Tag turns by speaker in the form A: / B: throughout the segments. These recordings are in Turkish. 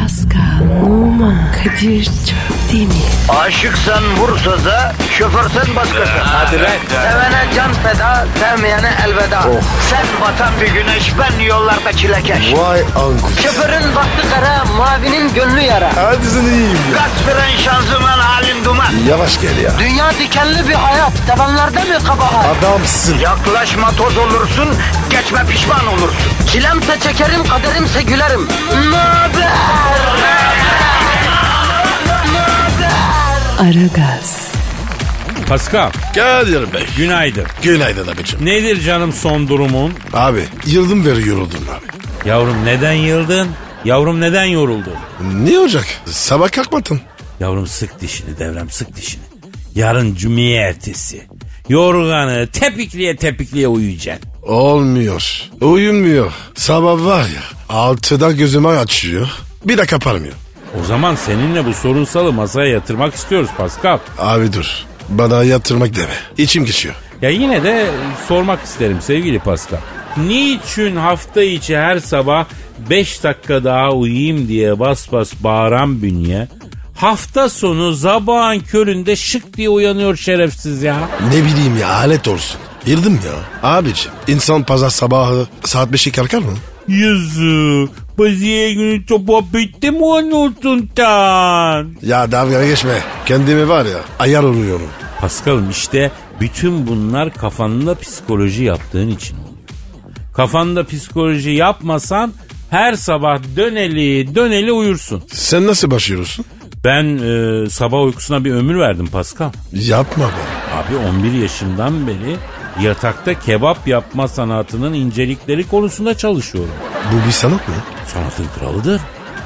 A: Pascal, Oman, Kadir çok değil mi?
B: Aşıksan vursa da, şoförsen başkasın.
C: Hadi lan.
B: Sevene can feda, sevmeyene elveda. Sen batan bir güneş, ben yollarda çilekeş.
C: Vay anku.
B: Şoförün baktı kara, mavinin gönlü yara.
C: Hadi sen iyiyim ya.
B: Kasperen şanzıman halin duman.
C: Yavaş gel ya.
B: Dünya dikenli bir hayat, sevenlerde mi kabahar?
C: Adamsın.
B: Yaklaşma toz olursun, geçme pişman olursun. Çilemse çekerim, kaderimse gülerim. Möber!
A: Aragaz,
D: Pascal,
C: Kadir Bey.
D: günaydın.
C: Günaydın abicim.
D: Nedir canım son durumun?
C: Abi yıldım veri yoruldum abi.
D: Yavrum neden yıldın? Yavrum neden yoruldun?
C: Ne olacak? Sabah kalkmadın.
D: Yavrum sık dişini devrem, sık dişini. Yarın cumeye ertesi. Yorganı tepikliye uyuyacaksın.
C: Olmuyor. Uyumuyor. Sabah var ya 6'da gözümü açıyor. Bir de kaparmıyor.
D: O zaman seninle bu sorunsalı masaya yatırmak istiyoruz Pascal.
C: Abi dur. Bana yatırmak deme. İçim geçiyor.
D: Ya yine de sormak isterim sevgili Pascal. Niçin hafta içi her sabah 5 dakika daha uyuyayım diye bas bas bağıran bünye, hafta sonu sabahın köründe şık diye uyanıyor şerefsiz ya?
C: Ne bileyim ya, alet olsun. Yıldım ya. Abicim insan pazar sabahı saat 5'e kalkar mı?
D: Yazık. Baziye günü topa bitti mi unutundan?
C: Ya dalga geçme. Kendimi var ya ayar oluyorum.
D: Paskal'ım işte bütün bunlar kafanda psikoloji yaptığın için oluyor. Kafanda psikoloji yapmasan her sabah döneli uyursun.
C: Sen nasıl başlıyorsun?
D: Ben sabah uykusuna bir ömür verdim Paskal.
C: Yapma be.
D: Abi 11 yaşından beri yatakta kebap yapma sanatının incelikleri konusunda çalışıyorum.
C: Bu bir sanat mı?
D: Sanatın kralıdır.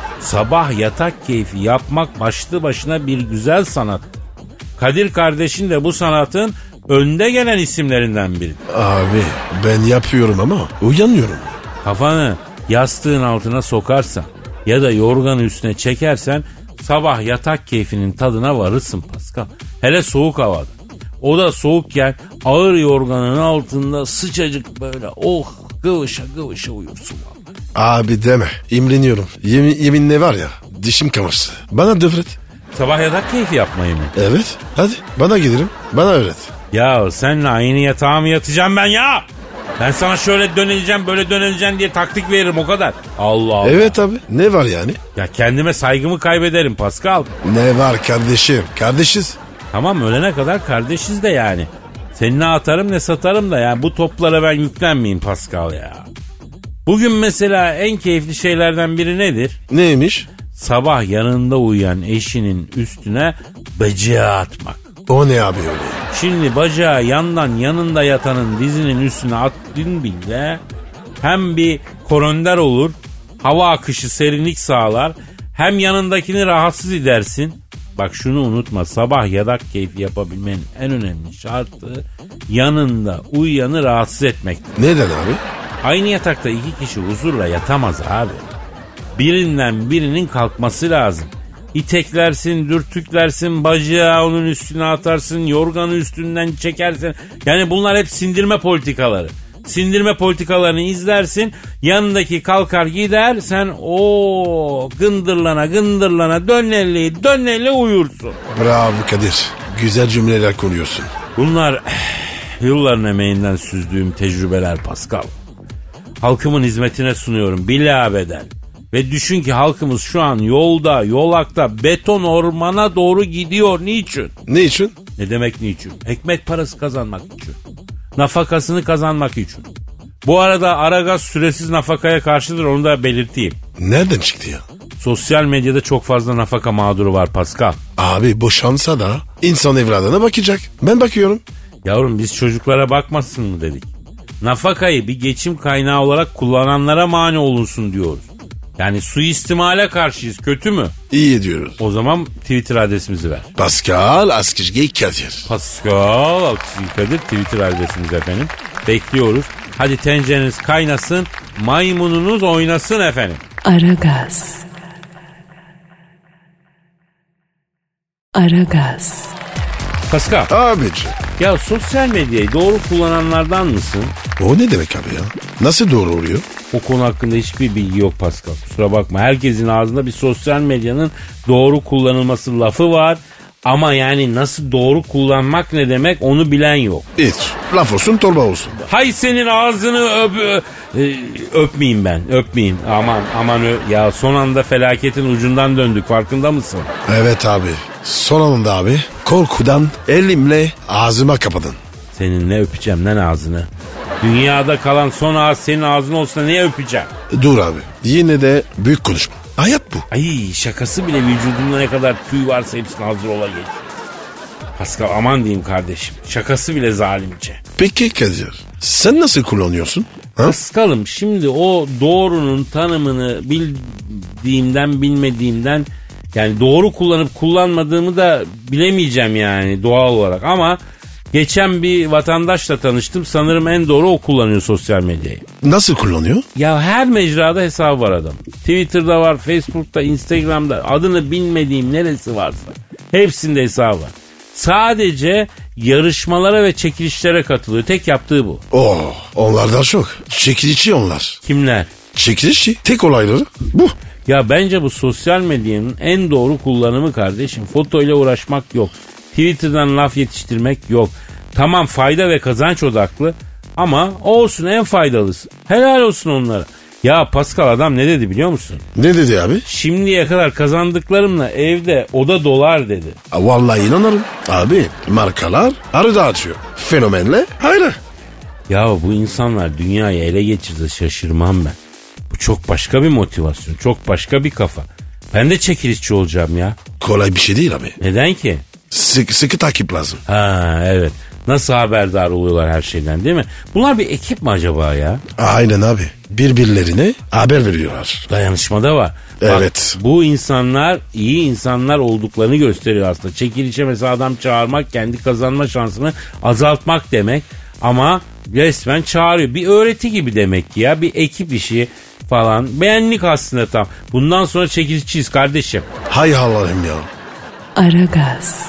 D: Sabah yatak keyfi yapmak başlı başına bir güzel sanat. Kadir kardeşin de bu sanatın önde gelen isimlerinden biri.
C: Abi ben yapıyorum ama uyanıyorum.
D: Kafanı yastığın altına sokarsan ya da yorganı üstüne çekersen sabah yatak keyfinin tadına varırsın Pascal. Hele soğuk havada. O da soğukken ağır yorganın altında sıcacık böyle gıvışa uyursun.
C: Abi deme, imreniyorum. Yeminle var ya dişim kamaştı. Bana devret.
D: Sabah yatak keyfi yapmayı mı?
C: Evet, hadi bana gelirim, bana öğret.
D: Ya seninle aynı yatağa mı yatacağım ben ya? Ben sana şöyle döneleceğim böyle döneleceğim diye taktik veririm o kadar. Allah Allah.
C: Evet abi, ne var yani?
D: Ya kendime saygımı kaybederim Pascal.
C: Ne var kardeşim, kardeşiz.
D: Tamam ölene kadar kardeşiz de yani. Seni ne atarım ne satarım da yani bu toplara ben yüklenmeyeyim Pascal ya. Bugün mesela en keyifli şeylerden biri nedir?
C: Neymiş?
D: Sabah yanında uyuyan eşinin üstüne bacağı atmak.
C: O ne abi öyle?
D: Şimdi bacağı yanında yatanın dizinin üstüne attın bile hem bir koronder olur, hava akışı serinlik sağlar, hem yanındakini rahatsız edersin. Bak şunu unutma, sabah yatak keyfi yapabilmenin en önemli şartı yanında uyuyanı rahatsız etmektir.
C: Neden abi?
D: Aynı yatakta iki kişi huzurla yatamaz abi. Birinden birinin kalkması lazım. İteklersin, dürtüklersin, bacağı onun üstüne atarsın, yorganı üstünden çekersin. Yani bunlar hep sindirme politikaları. Sindirme politikalarını izlersin, yanındaki kalkar gider, sen gındırlana döneli uyursun.
C: Bravo Kadir, güzel cümleler kuruyorsun.
D: Bunlar yılların emeğinden süzdüğüm tecrübeler Pascal. Halkımın hizmetine sunuyorum bilabeden. Ve düşün ki halkımız şu an yolakta beton ormana doğru gidiyor. Niçin?
C: Niçin?
D: Ne demek niçin? Ekmek parası kazanmak için. Nafakasını kazanmak için. Bu arada Aragaz süresiz nafakaya karşıdır, onu da belirteyim.
C: Nereden çıktı ya?
D: Sosyal medyada çok fazla nafaka mağduru var Pascal.
C: Abi boşansa da insan evladına bakacak. Ben bakıyorum.
D: Yavrum biz çocuklara bakmasın mı dedik. Nafakayı bir geçim kaynağı olarak kullananlara mani olunsun diyoruz. Yani suistimale karşıyız, kötü mü?
C: İyi ediyoruz.
D: O zaman Twitter adresimizi ver.
C: Pascal Askizgi Kadir.
D: Pascal Askizgi Kadir Twitter adresimiz efendim. Bekliyoruz. Hadi tencereniz kaynasın, maymununuz oynasın efendim.
A: Aragaz.
D: Pascal.
C: Abici.
D: Ya sosyal medyayı doğru kullananlardan mısın?
C: O ne demek abi ya? Nasıl doğru oluyor?
D: O konu hakkında hiçbir bilgi yok Pascal. Kusura bakma. Herkesin ağzında bir sosyal medyanın doğru kullanılması lafı var. Ama yani nasıl doğru kullanmak ne demek onu bilen yok.
C: Hiç. Laf olsun torba olsun.
D: Hay senin ağzını öpmeyeyim ben. Öpmeyeyim. Aman ya son anda felaketin ucundan döndük farkında mısın?
C: Evet abi. Son anda abi korkudan elimle ağzıma kapadın.
D: Senin ne öpeceğim lan ağzını? Dünyada kalan son ağız senin ağzın olsa niye öpeceğim?
C: Dur abi. Yine de büyük konuşma. Hayat bu.
D: Ay şakası bile vücudumda ne kadar tüy varsa hepsini hazır ola geç. Pascal aman diyeyim kardeşim. Şakası bile zalimce.
C: Peki Kadir. Sen nasıl kullanıyorsun? Ha?
D: Pascal'ım şimdi o doğrunun tanımını bildiğimden bilmediğimden yani doğru kullanıp kullanmadığımı da bilemeyeceğim yani doğal olarak ama geçen bir vatandaşla tanıştım. Sanırım en doğru o kullanıyor sosyal medyayı.
C: Nasıl kullanıyor?
D: Ya her mecrada hesabı var adam. Twitter'da var, Facebook'ta, Instagram'da adını bilmediğim neresi varsa hepsinde hesabı var. Sadece yarışmalara ve çekilişlere katılıyor. Tek yaptığı bu.
C: Onlardan çok. Çekilişçi onlar.
D: Kimler?
C: Çekilişçi. Tek olayları bu.
D: Ya bence bu sosyal medyanın en doğru kullanımı kardeşim. Foto ile uğraşmak yok. Twitter'dan laf yetiştirmek yok. Tamam fayda ve kazanç odaklı ama olsun en faydalısı. Helal olsun onlara. Ya Pascal adam ne dedi biliyor musun?
C: Ne dedi abi?
D: Şimdiye kadar kazandıklarımla evde oda dolar dedi.
C: Vallahi inanırım. Abi markalar arı dağıtıyor. Fenomenle hayır.
D: Ya bu insanlar dünyayı ele geçirse şaşırmam ben. Bu çok başka bir motivasyon. Çok başka bir kafa. Ben de çekilişçi olacağım ya.
C: Kolay bir şey değil abi.
D: Neden ki?
C: Sıkı takip lazım.
D: Ha evet. Nasıl haberdar oluyorlar her şeyden değil mi? Bunlar bir ekip mi acaba ya?
C: Aynen abi. Birbirlerine haber veriyorlar.
D: Dayanışmada var.
C: Evet.
D: Bak, bu insanlar iyi insanlar olduklarını gösteriyor aslında. Çekilişe mesela adam çağırmak kendi kazanma şansını azaltmak demek. Ama resmen çağırıyor. Bir öğreti gibi demek ki ya. Bir ekip işi falan. Beğenlik aslında tam. Bundan sonra çekilişçiyiz kardeşim.
C: Hay Allah'ım ya.
A: Aragaz.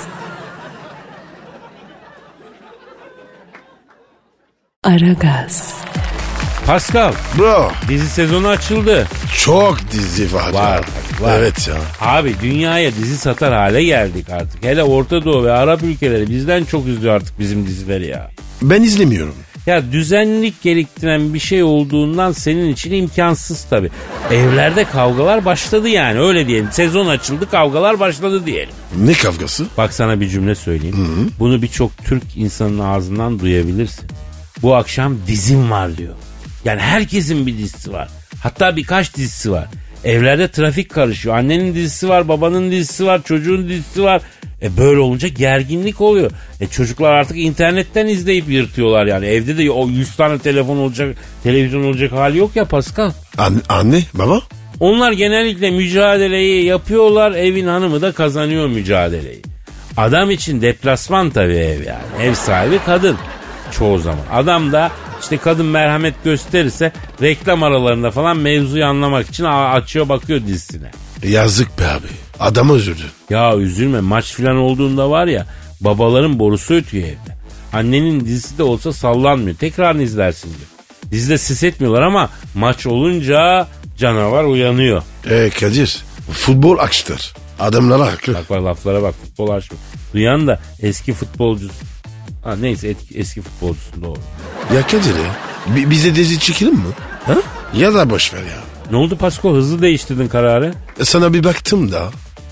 A: Aragaz.
D: Pascal.
C: Bro.
D: Dizi sezonu açıldı.
C: Çok dizi var.
D: Var.
C: Evet ya.
D: Abi dünyaya dizi satar hale geldik artık. Hele Orta Doğu ve Arap ülkeleri bizden çok izliyor artık bizim dizileri ya.
C: Ben izlemiyorum.
D: Ya düzenlilik gerektiren bir şey olduğundan senin için imkansız tabii. Evlerde kavgalar başladı yani öyle diyelim. Sezon açıldı kavgalar başladı diyelim.
C: Ne kavgası?
D: Bak sana bir cümle söyleyeyim. Hı-hı. Bunu birçok Türk insanın ağzından duyabilirsin. Bu akşam dizim var diyor. Yani herkesin bir dizisi var. Hatta birkaç dizisi var. Evlerde trafik karışıyor. Annenin dizisi var, babanın dizisi var, çocuğun dizisi var. Böyle olunca gerginlik oluyor. Çocuklar artık internetten izleyip yırtıyorlar yani. Evde de o 100 tane telefon olacak, televizyon olacak hali yok ya Pascal.
C: Anne, baba?
D: Onlar genellikle mücadeleyi yapıyorlar. Evin hanımı da kazanıyor mücadeleyi. Adam için deplasman tabii ev yani. Ev sahibi kadın çoğu zaman. Adam da işte kadın merhamet gösterirse reklam aralarında falan mevzuyu anlamak için açıyor bakıyor dizisine.
C: Yazık be abi. Adam üzüldü.
D: Ya üzülme maç falan olduğunda var ya babaların borusu ötüyor evde. Annenin dizisi de olsa sallanmıyor. Tekrarını izlersin diyor. Dizide ses etmiyorlar ama maç olunca canavar uyanıyor.
C: Kadir futbol açtır. Adamlara haklı.
D: Bak laflara bak futbol açtır. Duyan da eski futbolcusu. Ha, neyse eski futbolcusun doğru.
C: Ya Kadir ya bize dizi çekelim mi? Ha? Ya da boş ver ya.
D: Ne oldu Pasko hızlı değiştirdin kararı?
C: Sana bir baktım da.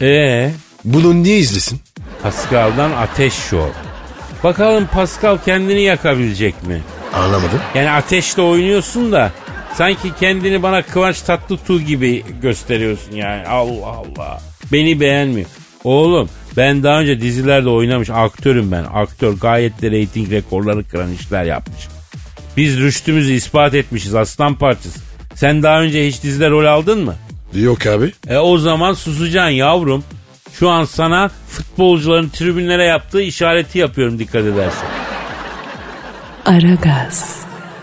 C: Bunu niye izlesin?
D: Pascal'dan Ateş Show. Bakalım Pascal kendini yakabilecek mi?
C: Anlamadım.
D: Yani ateşle oynuyorsun da sanki kendini bana Kıvanç Tatlıtuğ gibi gösteriyorsun yani. Allah Allah. Beni beğenmiyor. Oğlum ben daha önce dizilerde oynamış aktörüm ben. Aktör gayet de reyting rekorları kıran işler yapmış. Biz rüştümüzü ispat etmişiz aslan parçası. Sen daha önce hiç dizide rol aldın mı?
C: Yok abi.
D: O zaman susacaksın yavrum. Şu an sana futbolcuların tribünlere yaptığı işareti yapıyorum dikkat edersen.
A: Aragaz.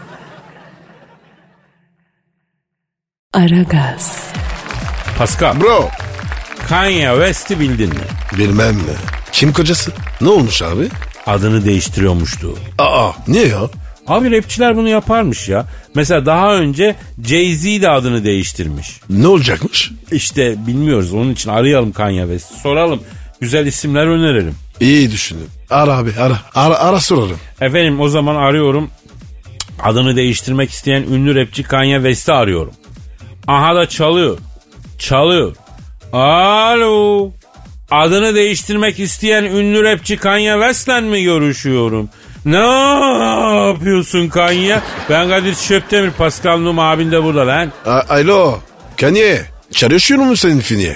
A: Aragaz.
D: Pascal.
C: Bro.
D: Kanye West'i bildin mi?
C: Bilmem mi? Kim kocası? Ne olmuş abi?
D: Adını değiştiriyormuştu.
C: Niye ya?
D: Abi rapçiler bunu yaparmış ya. Mesela daha önce Jay-Z de adını değiştirmiş.
C: Ne olacakmış?
D: İşte bilmiyoruz, onun için arayalım Kanye West'i. Soralım, güzel isimler önerelim.
C: İyi düşündün. Ara abi ara soralım.
D: Efendim o zaman arıyorum. Adını değiştirmek isteyen ünlü rapçi Kanye West'i arıyorum. Aha da çalıyor. Çalıyor. Alo. Adını değiştirmek isteyen ünlü rapçi Kanye West'le mi görüşüyorum? Ne yapıyorsun Kanye? Ben Kadir Çöptemir, Pascal Numa abin de burada lan.
C: Alo Kanye, çalışıyor musun senin finiye?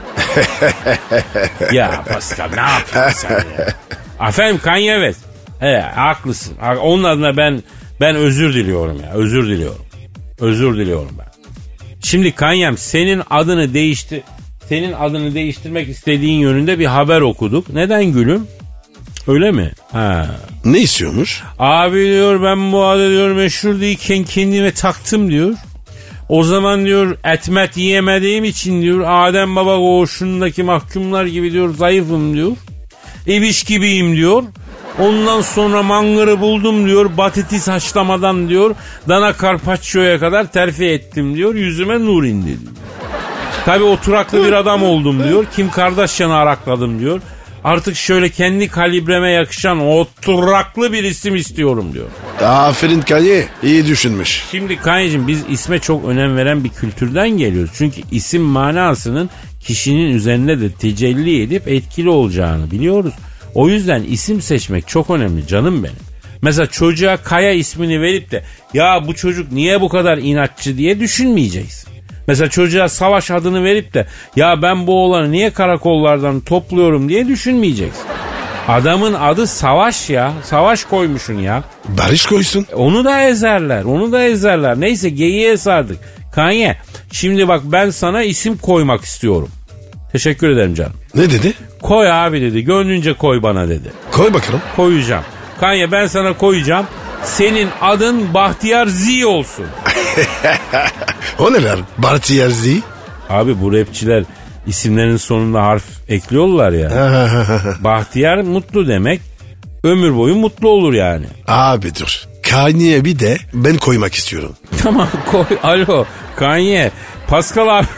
D: Ya Pascal ne yapıyorsun sen ya? Efendim Kanye West. Haklısın. Onun adına ben özür diliyorum ya. Özür diliyorum ben. Şimdi Kanye'm senin adını değiştirmek istediğin yönünde bir haber okuduk. Neden gülüm? Öyle mi? Ha.
C: Ne istiyormuş?
D: Abi diyor, ben bu adı diyor meşhur değilken kendime taktım diyor. O zaman diyor etmet yiyemediğim için diyor Adem Baba koğuşundaki mahkumlar gibi diyor zayıfım diyor. İbiş gibiyim diyor. Ondan sonra mangırı buldum diyor. Patates haşlamadan diyor dana karpaccio'ya kadar terfi ettim diyor. Yüzüme nur indi diyor. Tabii oturaklı bir adam oldum diyor. Kim Kardashian'ı arakladım diyor. Artık şöyle kendi kalibreme yakışan oturaklı bir isim istiyorum diyor.
C: Aferin Kanye, iyi düşünmüş.
D: Şimdi Kanye'cim biz isme çok önem veren bir kültürden geliyoruz. Çünkü isim manasının kişinin üzerinde de tecelli edip etkili olacağını biliyoruz. O yüzden isim seçmek çok önemli canım benim. Mesela çocuğa Kaya ismini verip de ya bu çocuk niye bu kadar inatçı diye düşünmeyeceksin. Mesela çocuğa Savaş adını verip de ya ben bu oğlanı niye karakollardan topluyorum diye düşünmeyeceksin. Adamın adı Savaş ya. Savaş koymuşsun ya.
C: Barış koysun.
D: Onu da ezerler. Neyse geyiğe sardık. Kanye şimdi bak ben sana isim koymak istiyorum. Teşekkür ederim canım.
C: Ne dedi?
D: Koy abi dedi. Gönlünce koy bana dedi.
C: Koy bakalım.
D: Koyacağım. Kanye ben sana koyacağım. Senin adın Bahtiyar Z olsun.
C: O neler? Bahtiyar Z?
D: Abi bu rapçiler isimlerin sonunda harf ekliyorlar ya. Bahtiyar mutlu demek. Ömür boyu mutlu olur yani.
C: Abi dur. Kanye'ye bir de ben koymak istiyorum.
D: Tamam koy. Alo Kanye. Pascal abi.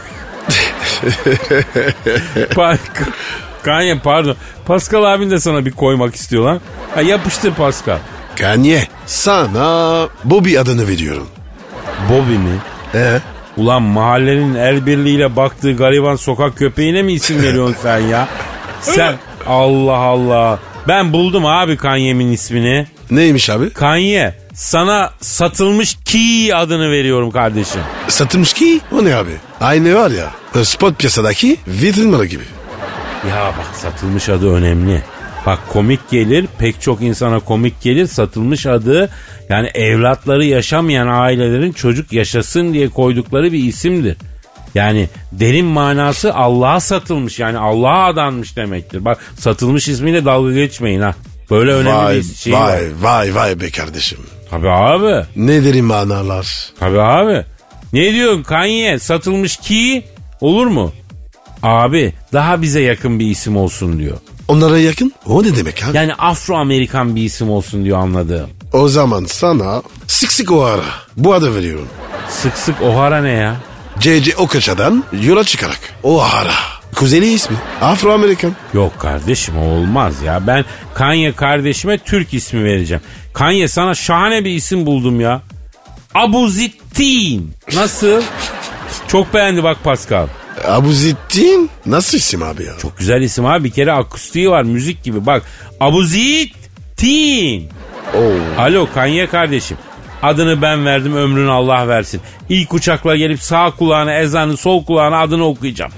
D: Kanye pardon. Pascal abin de sana bir koymak istiyor lan. Ha, yapıştır Pascal.
C: Kanye sana Bobby adını veriyorum.
D: Bobby mi? Ulan mahallenin el birliğiyle baktığı gariban sokak köpeğine mi isim veriyorsun sen ya? Sen Allah Allah. Ben buldum abi Kanye'min ismini.
C: Neymiş abi?
D: Kanye sana satılmış ki adını veriyorum kardeşim.
C: Satılmış ki? O ne abi? Aynı var ya spot piyasadaki vitrin malı gibi.
D: Ya bak satılmış adı önemli. Bak komik gelir, pek çok insana komik gelir. Satılmış adı yani evlatları yaşamayan ailelerin çocuk yaşasın diye koydukları bir isimdir. Yani derin manası Allah'a satılmış, yani Allah'a adanmış demektir. Bak satılmış ismiyle dalga geçmeyin ha. Böyle önemli bir şey var.
C: Vay be kardeşim.
D: Tabii abi.
C: Ne derin manalar.
D: Tabii abi. Ne diyorsun Kanye? Satılmış ki olur mu? Abi daha bize yakın bir isim olsun diyor.
C: Onlara yakın? O ne demek abi?
D: Yani Afro-Amerikan bir isim olsun diyor anladığım.
C: O zaman sana sık sık O'Hara bu adı veriyorum.
D: Sık sık O'Hara ne ya?
C: C.C. Okaça'dan yola çıkarak O'Hara. Kuzeyli ismi. Afro-Amerikan.
D: Yok kardeşim o olmaz ya. Ben Kanye kardeşime Türk ismi vereceğim. Kanye sana şahane bir isim buldum ya. Abuzittin. Nasıl? Çok beğendi bak Pascal.
C: Abuzittin nasıl isim abi ya?
D: Çok güzel isim abi. Bir kere akustiği var müzik gibi. Bak Abuzittin. Alo Kanye kardeşim. Adını ben verdim ömrünü Allah versin. İlk uçakla gelip sağ kulağına ezanı sol kulağına adını okuyacağım.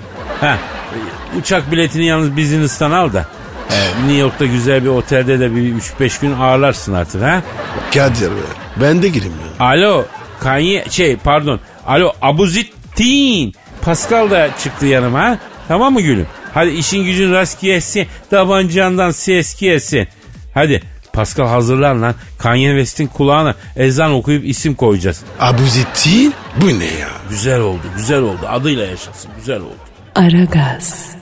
D: Uçak biletini yalnız business'tan al da. New York'ta güzel bir otelde de bir 3-5 gün ağırlarsın artık ha.
C: Kadir be ben de gireyim ya.
D: Alo Kanye Alo Abuzittin. Pascal da çıktı yanıma. Tamam mı gülüm? Hadi işin gücün rast gelsin. Tabancandan ses gelsin. Hadi Pascal hazırlan lan. Kanye West'in kulağına ezan okuyup isim koyacağız.
C: Abuzittin bu ne ya?
D: Güzel oldu. Adıyla yaşasın. Güzel oldu.
A: Aragaz.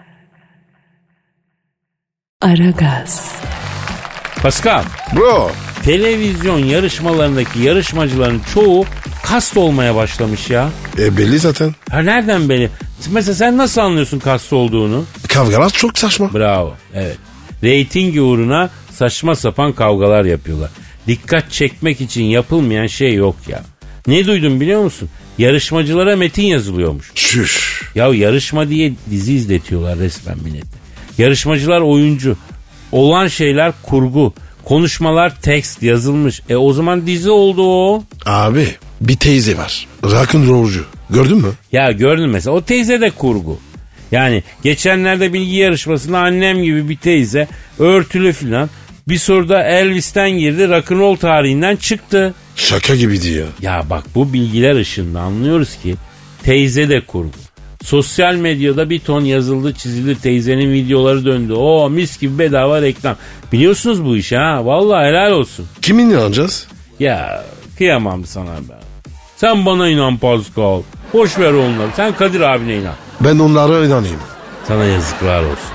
D: Pascal.
C: Bro.
D: televizyon yarışmalarındaki yarışmacıların çoğu kast olmaya başlamış ya.
C: Belli zaten.
D: Ha nereden belli? Mesela sen nasıl anlıyorsun kast olduğunu?
C: Kavgalar çok saçma.
D: Bravo, evet. Reyting uğruna saçma sapan kavgalar yapıyorlar. Dikkat çekmek için yapılmayan şey yok ya. Ne duydum biliyor musun? Yarışmacılara metin yazılıyormuş.
C: Şüş.
D: Ya yarışma diye dizi izletiyorlar resmen millete. Yarışmacılar oyuncu. Olan şeyler kurgu. Konuşmalar tekst yazılmış. O zaman dizi oldu o.
C: Abi bir teyze var. Rock'n'rollcu. Gördün mü?
D: Ya gördün mesela. O teyze de kurgu. Yani geçenlerde bilgi yarışmasında annem gibi bir teyze örtülü filan bir soruda Elvis'ten girdi, rock'n'roll tarihinden çıktı.
C: Şaka gibiydi ya.
D: Ya bak bu bilgiler ışığında anlıyoruz ki teyze de kurgu. Sosyal medyada bir ton yazıldı çizildi, teyzenin videoları döndü. Oo mis gibi bedava reklam. Biliyorsunuz bu işi ha, vallahi helal olsun.
C: Kimin inanacağız?
D: Ya kıyamam sana ben. Sen bana inan Pascal. Boş ver onları, sen Kadir abine inan.
C: Ben onlara inanayım.
D: Sana yazıklar olsun.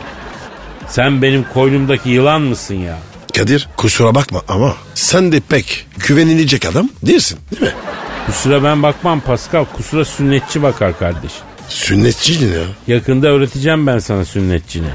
D: Sen benim koynumdaki yılan mısın ya?
C: Kadir kusura bakma ama sen de pek güvenilecek adam değilsin değil mi?
D: Kusura ben bakmam Pascal. Kusura sünnetçi bakar kardeşim.
C: Sünnetçi ne ya?
D: Yakında öğreteceğim ben sana sünnetçini.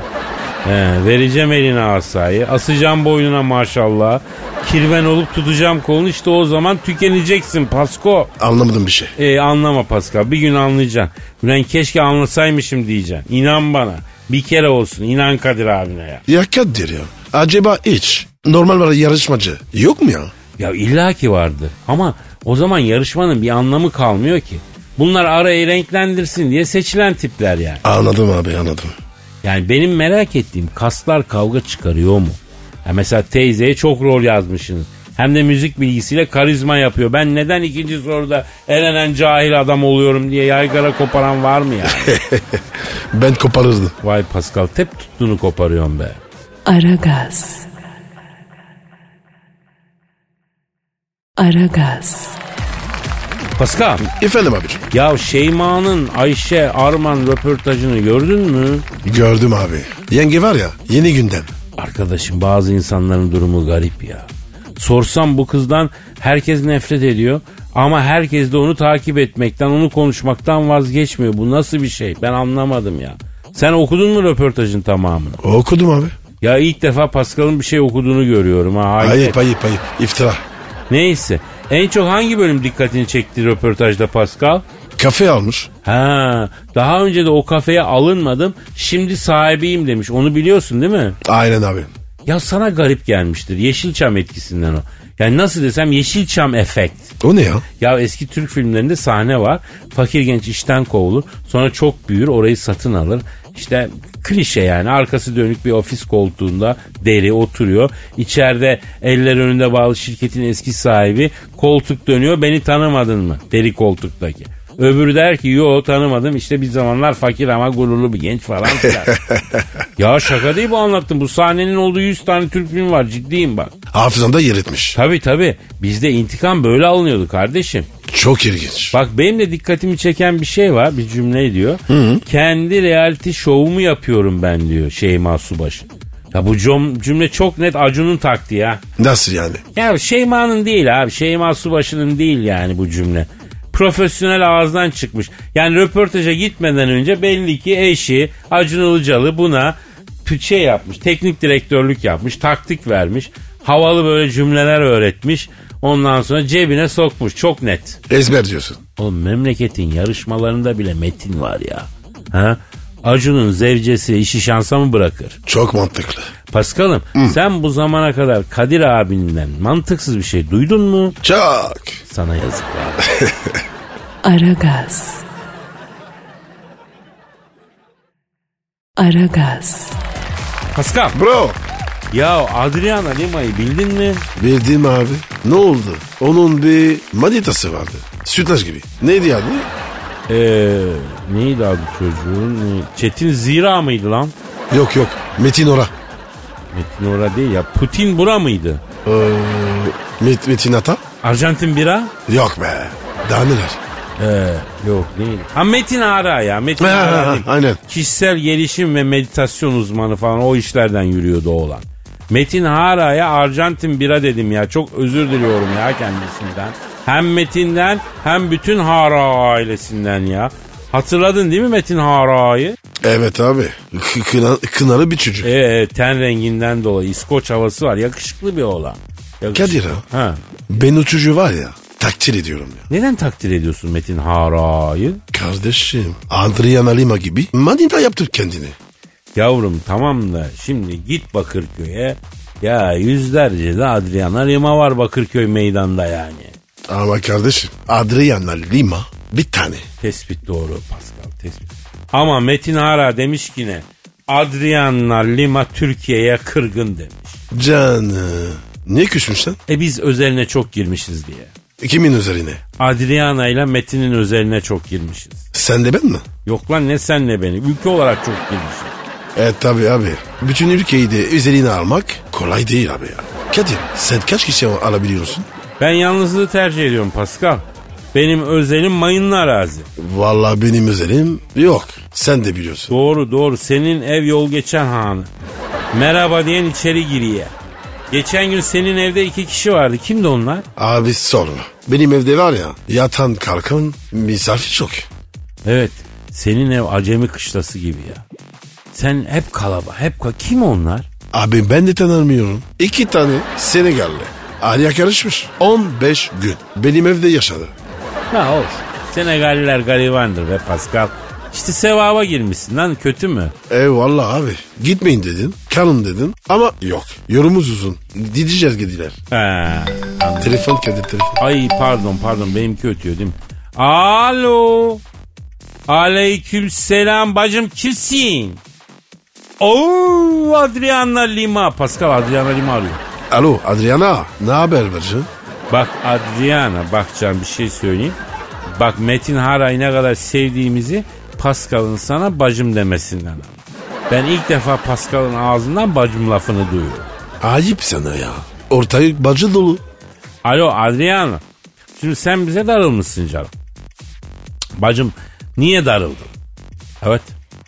D: Vereceğim eline asayı. Asacağım boynuna maşallah. Kirven olup tutacağım kolunu. İşte o zaman tükeneceksin Pasko.
C: Anlamadım bir şey.
D: Anlama Pascal. Bir gün anlayacaksın. Ulan keşke anlasaymışım diyeceksin. İnan bana. Bir kere olsun. İnan Kadir abine ya.
C: Ya Kadir ya. Acaba hiç normal var yarışmacı yok mu ya?
D: Ya illaki vardır. Ama o zaman yarışmanın bir anlamı kalmıyor ki. Bunlar arayı renklendirsin diye seçilen tipler yani.
C: Anladım abi anladım.
D: Yani benim merak ettiğim kaslar kavga çıkarıyor mu? Ya mesela teyzeye çok rol yazmışsınız. Hem de müzik bilgisiyle karizma yapıyor. Ben neden ikinci soruda elenen cahil adam oluyorum diye yaygara koparan var mı yani?
C: Ben koparırdım.
D: Vay Pascal, tep tuttuğunu koparıyorsun be.
A: Aragaz. Aragaz.
D: Pascal.
C: Efendim abicim.
D: Ya Şeyma'nın Ayşe Arman röportajını gördün mü?
C: Gördüm abi. Yenge var ya yeni gündem.
D: Arkadaşım bazı insanların durumu garip ya. Sorsam bu kızdan herkes nefret ediyor. Ama herkes de onu takip etmekten, onu konuşmaktan vazgeçmiyor. Bu nasıl bir şey? Ben anlamadım ya. Sen okudun mu röportajın tamamını?
C: Okudum abi.
D: Ya ilk defa Pascal'ın bir şey okuduğunu görüyorum ha.
C: Ayıp. İftira.
D: Neyse. En çok hangi bölüm dikkatini çekti röportajda Pascal?
C: Kafe almış.
D: Ha, daha önce de o kafeye alınmadım. Şimdi sahibiyim demiş. Onu biliyorsun değil mi?
C: Aynen abi.
D: Ya sana garip gelmiştir. Yeşilçam etkisinden o. Yani nasıl desem Yeşilçam efekt.
C: O ne ya?
D: Ya eski Türk filmlerinde sahne var. Fakir genç işten kovulur. Sonra çok büyür, orayı satın alır. İşte klişe yani, arkası dönük bir ofis koltuğunda deri oturuyor. İçeride eller önünde bağlı şirketin eski sahibi, koltuk dönüyor, beni tanımadın mı? Deri koltuktaki. Öbürü der ki yo tanımadım, işte bir zamanlar fakir ama gururlu bir genç falan filan. Ya şaka değil bu anlattım. Bu sahnenin olduğu 100 tane Türk filmi var, ciddiyim bak.
C: Hafızanda yer etmiş.
D: Tabii. Bizde intikam böyle alınıyordu kardeşim.
C: Çok ilginç.
D: Bak benim de dikkatimi çeken bir şey var, bir cümle diyor. Kendi reality şovumu yapıyorum ben diyor Şeyma Subaşı. Ya bu cümle çok net Acun'un taktiği ha.
C: Nasıl yani?
D: Ya Şeyma'nın değil abi, Şeyma Subaşı'nın değil yani bu cümle. Profesyonel ağızdan çıkmış. Yani röportaja gitmeden önce belli ki eşi Acun Ilıcalı buna şey yapmış, teknik direktörlük yapmış, taktik vermiş, havalı böyle cümleler öğretmiş. Ondan sonra cebine sokmuş, çok net.
C: Ezber diyorsun.
D: Oğlum memleketin yarışmalarında bile metin var ya. Ha? Acun'un zevcesi işi şansa mı bırakır?
C: Çok mantıklı.
D: Paskal'ım sen bu zamana kadar Kadir abinden mantıksız bir şey duydun mu?
C: Çok.
D: Sana yazıklar.
A: Aragaz. Aragaz.
D: Paskal.
C: Bro.
D: Ya Adriana Lima'yı bildin mi?
C: Bildim abi. Ne oldu? Onun bir manitası vardı. Sütlaç gibi. Neydi adı?
D: Neydi adı çocuğun? Çetin Zira mıydı lan?
C: Yok. Metin Ora.
D: Metin Ora değil ya. Putin Bura mıydı?
C: Metin Ata?
D: Arjantin Bira?
C: Yok be. Daha neler?
D: Yok değil. Ha Metin Ara ya. Metin Ara değil.
C: Aynen.
D: Kişisel gelişim ve meditasyon uzmanı falan, o işlerden yürüyordu oğlan. Metin Hara'ya Arjantin bira dedim ya. Çok özür diliyorum ya kendisinden. Hem Metin'den hem bütün Hara ailesinden ya. Hatırladın değil mi Metin Hara'yı?
C: Evet abi. Kınalı bir çocuk.
D: Ten renginden dolayı İskoç havası var. Yakışıklı bir oğlan.
C: Kadir
D: ha.
C: Ben o çocuğu var ya takdir ediyorum ya.
D: Neden takdir ediyorsun Metin Hara'yı?
C: Kardeşim Adriana Lima gibi manita yaptır kendini.
D: Yavrum tamam da şimdi git Bakırköy'e. Ya yüzlerce de Adriana Lima var Bakırköy meydanda yani.
C: Ama kardeşim Adriana Lima bir tane.
D: Tespit doğru Pascal tespit. Ama Metin Hara demiş ki ne? Adriana Lima Türkiye'ye kırgın demiş.
C: Canım. Niye küsmüşsün?
D: Biz özeline çok girmişiz diye.
C: Kimin üzerine?
D: Adriana ile Metin'in özeline çok girmişiz.
C: Sen de ben mi?
D: Yok lan ne sen ne beni. Ülke olarak çok girmişiz.
C: Tabii abi. Bütün ülkeyi de üzerine almak kolay değil abi ya. Kadir sen kaç kişi alabiliyorsun?
D: Ben yalnızlığı tercih ediyorum Pascal. Benim özelim mayınlı arazi.
C: Vallahi benim özelim yok. Sen de biliyorsun.
D: Doğru. Senin ev yol geçen hanı. Merhaba diyen içeri giriyor. Geçen gün senin evde 2 kişi vardı. Kimdi onlar?
C: Abi sorma. Benim evde var ya yatan kalkan misafir çok.
D: Evet. Senin ev acemi kışlası gibi ya. Sen hep Kim onlar?
C: Abi ben de tanımıyorum. 2 tane Senegalli. Araya karışmış. 15 gün. Benim evde yaşadı.
D: Ha olsun. Senegalliler garibandır be Pascal. İşte sevaba girmişsin lan kötü mü?
C: Vallahi abi. Gitmeyin dedin. Kalın dedin. Ama yok. Yorumumuz uzun. Gideceğiz gidiler. Telefon Kadir telefon.
D: Ay pardon benimki ötüyor değil mi? Alo. Aleykümselam bacım kimsin? Oo Adriana Lima. Pascal Adriana Lima arıyor.
C: Alo Adriana. Ne haber bacım?
D: Bak Adriana bak canım bir şey söyleyeyim. Bak Metin Hara'yı ne kadar sevdiğimizi Pascal'ın sana bacım demesinden. Ben ilk defa Pascal'ın ağzından bacım lafını duyuyorum.
C: Ayıp sana ya. Ortayı bacı dolu.
D: Alo Adriana. Şimdi sen bize darılmışsın canım. Bacım niye darıldın? Evet.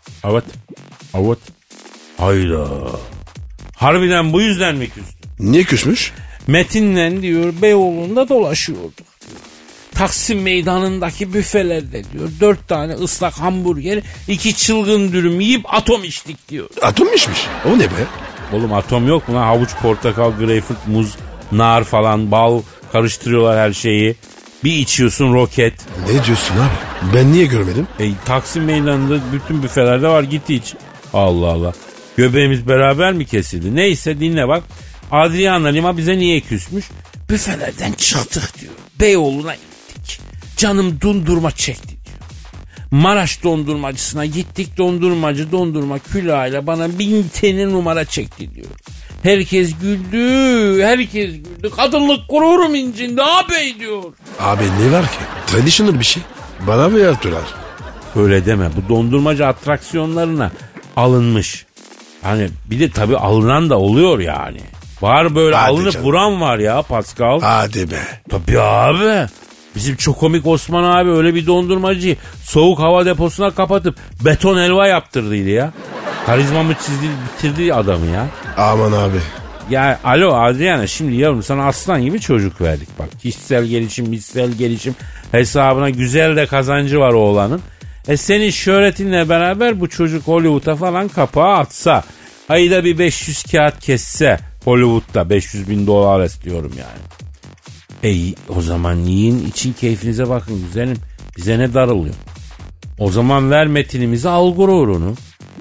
D: Hayda. Harbiden bu yüzden mi küstün?
C: Niye küsmüş?
D: Metin'le diyor Beyoğlu'nda dolaşıyorduk. Taksim meydanındaki büfelerde diyor 4 tane ıslak hamburger 2 çılgın dürüm yiyip atom içtik diyor.
C: Atom mu içmiş? O ne be?
D: Oğlum atom yok mu lan? Havuç, portakal, greyfurt, muz, nar falan bal karıştırıyorlar her şeyi. Bir içiyorsun roket.
C: Ne diyorsun abi? Ben niye görmedim?
D: Taksim meydanında bütün büfelerde var git iç. Allah. Göbeğimiz beraber mi kesildi? Neyse dinle bak. Adriana Lima bize niye küsmüş? Büfelerden çıktık diyor. Beyoğlu'na gittik. Canım dondurma çekti diyor. Maraş dondurmacısına gittik. Dondurmacı dondurma külahıyla bana 1000 tane numara çekti diyor. Herkes güldü. Kadınlık gururum incindi ağabey diyor.
C: Abi ne var ki? Traditional bir şey. Bana mı yaptılar?
D: Öyle deme. Bu dondurmacı atraksiyonlarına alınmış. Hani bir de tabii alınan da oluyor yani. Var böyle
C: hadi
D: alınıp
C: canım.
D: vuran var ya Pascal.
C: Hadi be.
D: Tabii abi. Bizim çok komik Osman abi öyle bir dondurmacıyı soğuk hava deposuna kapatıp beton helva yaptırdıydı ya. Karizmamı bitirdi adamı ya.
C: Aman abi.
D: Ya alo Adriana şimdi yavrum sana aslan gibi çocuk verdik bak. Kişisel gelişim hesabına güzel de kazancı var oğlanın. Senin şöhretinle beraber bu çocuk Hollywood'a falan kapağı atsa. Ayda bir 500 kağıt kesse Hollywood'da 500 bin dolar istiyorum yani. O zaman yiyin için keyfinize bakın güzelim. Bize ne darılıyor? O zaman ver metinimizi al gururunu.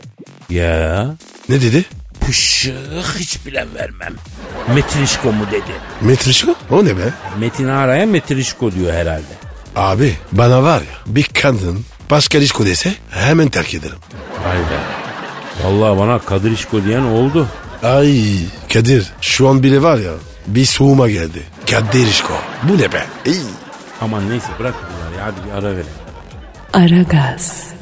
D: Ya.
C: Ne dedi?
D: Pışık hiç bilen vermem. Metrişko mu dedi.
C: Metrişko? O ne be?
D: Metin Hara'ya metrişko diyor herhalde.
C: Abi bana var ya bir kadın Pascalişko dese hemen terk ederim.
D: Hayda. Vallahi bana Kadirişko diyen oldu.
C: Ay Kadir şu an bile var ya bir soğuma geldi. Kadirişko. Bu ne be?
D: Aman neyse bırak bunları ya hadi bir ara verelim.
A: Aragaz.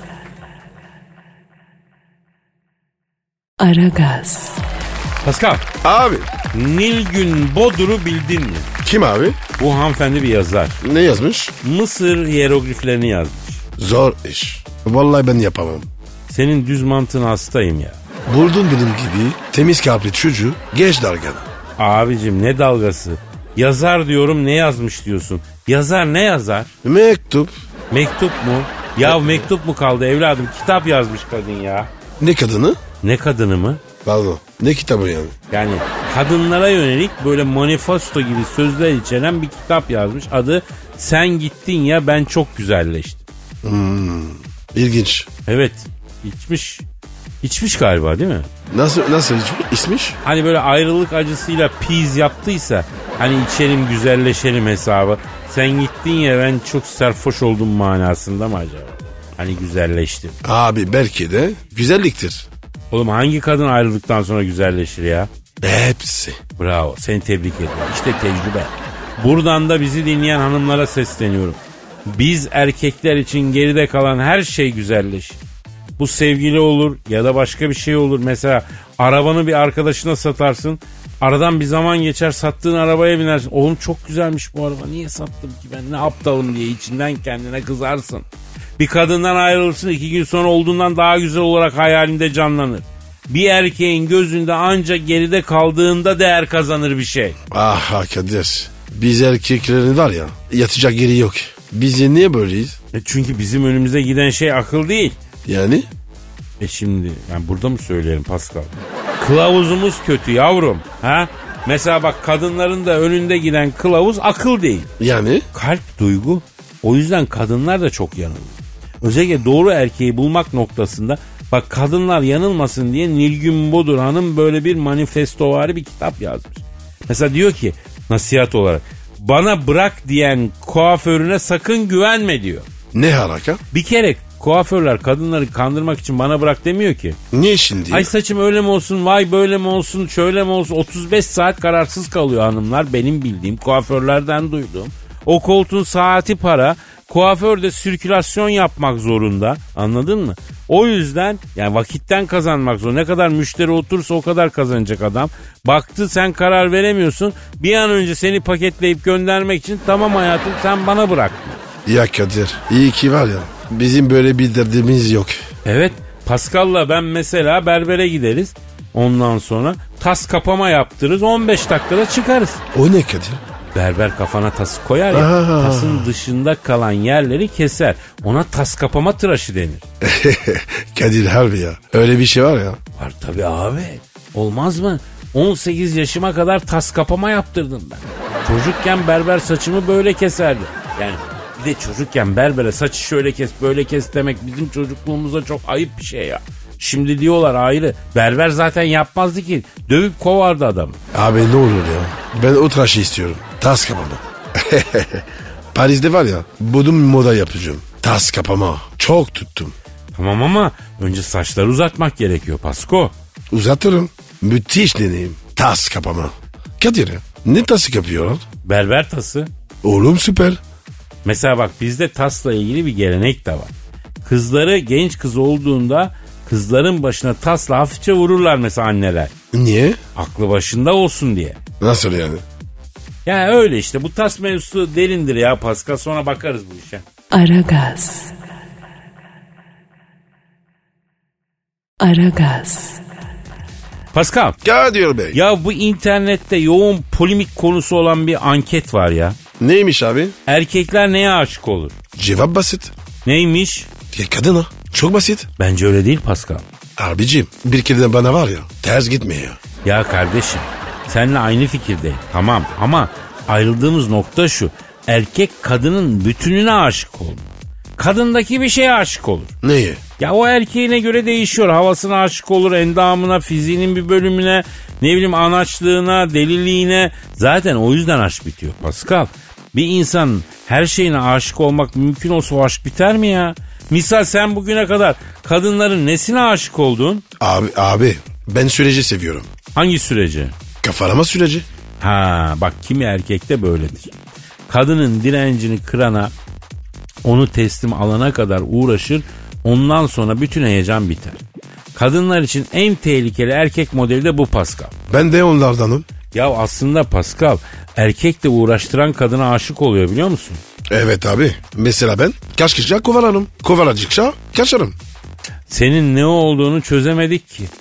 D: Pascal.
C: Abi.
D: Nilgün Bodur'u bildin mi?
C: Kim abi?
D: Bu hanımefendi bir yazar.
C: Ne yazmış?
D: Mısır hierogliflerini yazmış.
C: Zor iş. Vallahi ben yapamam.
D: Senin düz mantığına hastayım ya.
C: Buldun benim gibi temiz kalpli çocuğu geç dalgana.
D: Abicim ne dalgası? Yazar diyorum, ne yazmış diyorsun? Yazar ne yazar?
C: Mektup.
D: Mektup mu? Ya mektup mu kaldı evladım? Kitap yazmış kadın ya.
C: Ne kadını?
D: Ne kadını mı?
C: Pardon. Ne kitabı yani?
D: Yani kadınlara yönelik böyle manifesto gibi sözler içeren bir kitap yazmış. Adı Sen Gittin Ya Ben Çok Güzelleştim.
C: İlginç.
D: Evet, içmiş. İçmiş galiba değil mi?
C: Nasıl içmiş?
D: Hani böyle ayrılık acısıyla piz yaptıysa, hani içelim güzelleşelim hesabı. Sen gittin ya ben çok sarhoş oldum manasında mı acaba? Hani güzelleştim.
C: Abi belki de güzelliktir.
D: Oğlum hangi kadın ayrıldıktan sonra güzelleşir ya?
C: Hepsi.
D: Bravo, seni tebrik ederim. İşte tecrübe. Buradan da bizi dinleyen hanımlara sesleniyorum. Biz erkekler için geride kalan her şey güzelleşir. Bu sevgili olur ya da başka bir şey olur. Mesela arabanı bir arkadaşına satarsın. Aradan bir zaman geçer, sattığın arabaya binersin. Oğlum çok güzelmiş bu araba, niye sattım ki ben, ne aptalım diye içinden kendine kızarsın. Bir kadından ayrılırsın, 2 gün sonra olduğundan daha güzel olarak hayalinde canlanır. Bir erkeğin gözünde ancak geride kaldığında değer kazanır bir şey.
C: Ah Kadir. Biz erkeklerin var ya, yatacak yeri yok. Biz niye böyleyiz?
D: Çünkü bizim önümüze giden şey akıl değil.
C: Yani?
D: Şimdi yani burada mı söyleyelim Pascal? Kılavuzumuz kötü yavrum. Ha? Mesela bak, kadınların da önünde giden kılavuz akıl değil.
C: Yani?
D: Kalp, duygu. O yüzden kadınlar da çok yanılıyor. Özellikle doğru erkeği bulmak noktasında bak, kadınlar yanılmasın diye Nilgün Bodur Hanım böyle bir manifestovari bir kitap yazmış. Mesela diyor ki nasihat olarak, bana bırak diyen kuaförüne sakın güvenme diyor.
C: Ne haraka?
D: Bir kere kuaförler kadınları kandırmak için bana bırak demiyor ki.
C: Niye şimdi?
D: Ay saçım öyle mi olsun, vay böyle mi olsun, şöyle mi olsun. 35 saat kararsız kalıyor hanımlar, benim bildiğim, kuaförlerden duyduğum. O koltuğun saati para, kuaför de sirkülasyon yapmak zorunda, anladın mı? O yüzden yani vakitten kazanmak zor. Ne kadar müşteri oturursa o kadar kazanacak adam. Baktı sen karar veremiyorsun, bir an önce seni paketleyip göndermek için tamam hayatım sen bana bırak.
C: Ya Kadir, iyi ki var ya, bizim böyle bir derdimiz yok.
D: Evet, Pascal'la ben mesela berbere gideriz. Ondan sonra tas kapama yaptırırız, 15 dakikada çıkarız.
C: O ne Kadir?
D: Berber kafana tası koyar ya, tasın dışında kalan yerleri keser. Ona tas kapama tıraşı denir.
C: Kadir harbi ya, öyle bir şey var ya.
D: Var tabii abi, olmaz mı? 18 yaşıma kadar tas kapama yaptırdım ben. Çocukken berber saçımı böyle keserdi. Yani bir de çocukken berbere saçı şöyle kes böyle kes demek bizim çocukluğumuzda çok ayıp bir şey ya. Şimdi diyorlar ayrı. Berber zaten yapmazdı ki. Dövüp kovardı adamı.
C: Abi ne olur ya. Ben o tıraşı istiyorum. Tas kapama. Paris'te var ya, budum moda yapacağım. Tas kapama. Çok tuttum.
D: Tamam ama önce saçları uzatmak gerekiyor Pasko.
C: Uzatırım. Müthiş deneyim. Tas kapama. Kadir ya, ne tası kapıyorlar?
D: Berber tası.
C: Oğlum süper.
D: Mesela bak, bizde tasla ilgili bir gelenek de var. Kızları genç kız olduğunda kızların başına tasla hafifçe vururlar mesela anneler.
C: Niye?
D: Aklı başında olsun diye.
C: Nasıl yani?
D: Ya öyle işte, bu tas mevzusu derindir ya Pascal, sonra bakarız bu işe.
A: Aragaz. Aragaz.
D: Pascal.
C: Kadir Bey.
D: Ya bu internette yoğun polemik konusu olan bir anket var ya.
C: Neymiş abi?
D: Erkekler neye aşık olur?
C: Cevap basit.
D: Neymiş?
C: Ya kadına. Çok basit.
D: Bence öyle değil Pascal.
C: Abicim bir kere de bana var ya, ters gitmiyor.
D: Ya kardeşim, seninle aynı fikirdeyim. Tamam ama ayrıldığımız nokta şu. Erkek kadının bütününe aşık olur. Kadındaki bir şeye aşık olur.
C: Neye?
D: Ya o erkeğine göre değişiyor. Havasına aşık olur, endamına, fiziğinin bir bölümüne, ne bileyim anaçlığına, deliliğine. Zaten o yüzden aşk bitiyor Pascal. Bir insanın her şeyine aşık olmak mümkün olsa o aşk biter mi ya? Misal sen bugüne kadar kadınların nesine aşık oldun?
C: Abi ben süreci seviyorum.
D: Hangi süreci?
C: Kafalama süreci.
D: Ha bak, kimi erkekte böyledir. Kadının direncini kırana, onu teslim alana kadar uğraşır. Ondan sonra bütün heyecan biter. Kadınlar için en tehlikeli erkek modeli de bu Pascal.
C: Ben de onlardanım.
D: Ya aslında Pascal, erkek de uğraştıran kadına aşık oluyor biliyor musun?
C: Evet abi. Mesela ben kaçtıkça kovalarım. Kovaladıkça kaçarım.
D: Senin ne olduğunu çözemedik ki.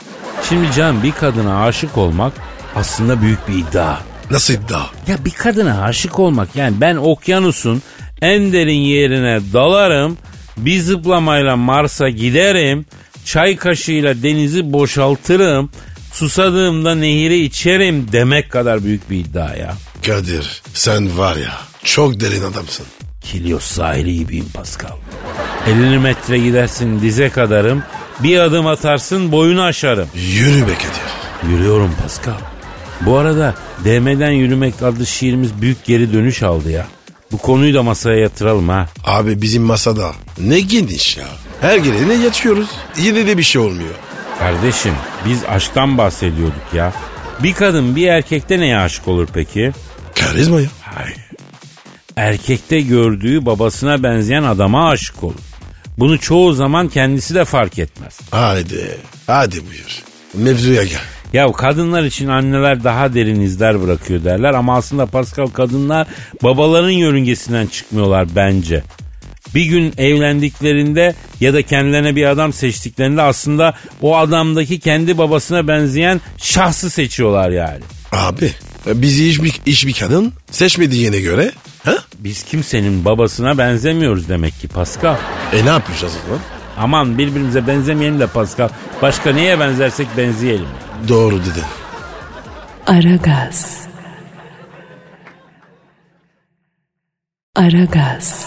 D: Şimdi canım bir kadına aşık olmak aslında büyük bir iddia.
C: Nasıl iddia?
D: Ya bir kadına aşık olmak yani ben okyanusun en derin yerine dalarım, bir zıplamayla Mars'a giderim, çay kaşığıyla denizi boşaltırım, susadığımda nehri içerim demek kadar büyük bir iddia ya.
C: Kadir sen var ya çok derin adamsın.
D: Kilyos sahili gibiyim Pascal. 50 metre gidersin dize kadarım, bir adım atarsın boyunu aşarım.
C: Yürü be Kadir.
D: Yürüyorum Pascal. Bu arada DM'den Yürümek adlı şiirimiz büyük geri dönüş aldı ya. Bu konuyu da masaya yatıralım ha.
C: Abi bizim masada ne geniş ya. Her gelene yatıyoruz. Yine de bir şey olmuyor.
D: Kardeşim biz aşktan bahsediyorduk ya. Bir kadın bir erkekte neye aşık olur peki?
C: Karizma ya.
D: Hayır. Erkekte gördüğü babasına benzeyen adama aşık olur. Bunu çoğu zaman kendisi de fark etmez.
C: Hadi buyur. Mevzuya gel.
D: Ya kadınlar için anneler daha derin izler bırakıyor derler ama aslında Pascal kadınlar babaların yörüngesinden çıkmıyorlar bence. Bir gün evlendiklerinde ya da kendilerine bir adam seçtiklerinde aslında o adamdaki kendi babasına benzeyen şahsı seçiyorlar yani.
C: Abi bizi hiçbir kadın seçmediğine göre ha?
D: Biz kimsenin babasına benzemiyoruz demek ki Pascal.
C: Ne yapacağız o zaman?
D: Aman birbirimize benzemeyelim de Pascal. Başka neye benzersek benzeyelim.
C: Doğru dedin.
A: Aragaz. Aragaz.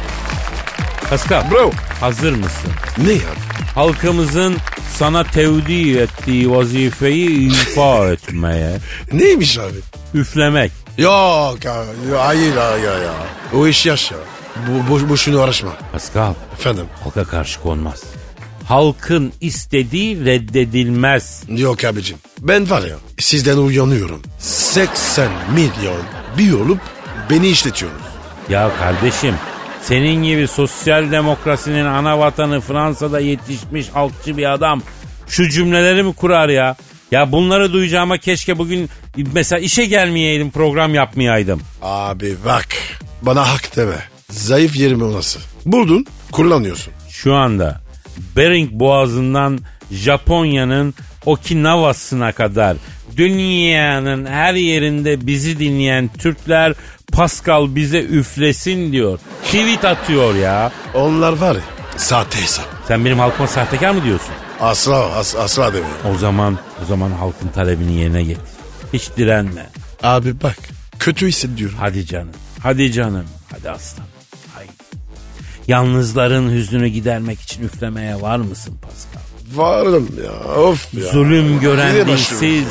D: Pascal.
C: Bro.
D: Hazır mısın?
C: Ne ya?
D: Halkımızın sana tevdi ettiği vazifeyi ifa etmeye.
C: Neymiş abi?
D: Üflemek.
C: Yok hayır ya. O iş yaşa. Boşuna uğraşma.
D: Pascal.
C: Efendim?
D: Halka karşı konmaz. Halkın istediği reddedilmez.
C: Yok abicim. Ben var ya sizden uyanıyorum. 80 milyon bir olup beni işletiyorsunuz.
D: Ya kardeşim senin gibi sosyal demokrasinin ana vatanı Fransa'da yetişmiş halkçı bir adam şu cümleleri mi kurar ya? Ya bunları duyacağıma keşke bugün mesela işe gelmeyeydim, program yapmayaydım.
C: Abi bak bana hak deme. Zayıf yerim orası. Buldun kullanıyorsun.
D: Şu anda Bering Boğazı'ndan Japonya'nın Okinawa'sına kadar dünyanın her yerinde bizi dinleyen Türkler Pascal bize üflesin diyor. Tweet atıyor ya.
C: Onlar var ya sahte hesap.
D: Sen benim halkıma sahtekar mı diyorsun?
C: Asla demiyorum.
D: O zaman halkın talebini yerine getir. Hiç direnme.
C: Abi bak kötü hissediyorum.
D: Hadi canım. Hadi aslanım. Haydi. Yalnızların hüznünü gidermek için üflemeye var mısın Pascal?
C: Varım ya of ya.
D: Zulüm gören dilsiz,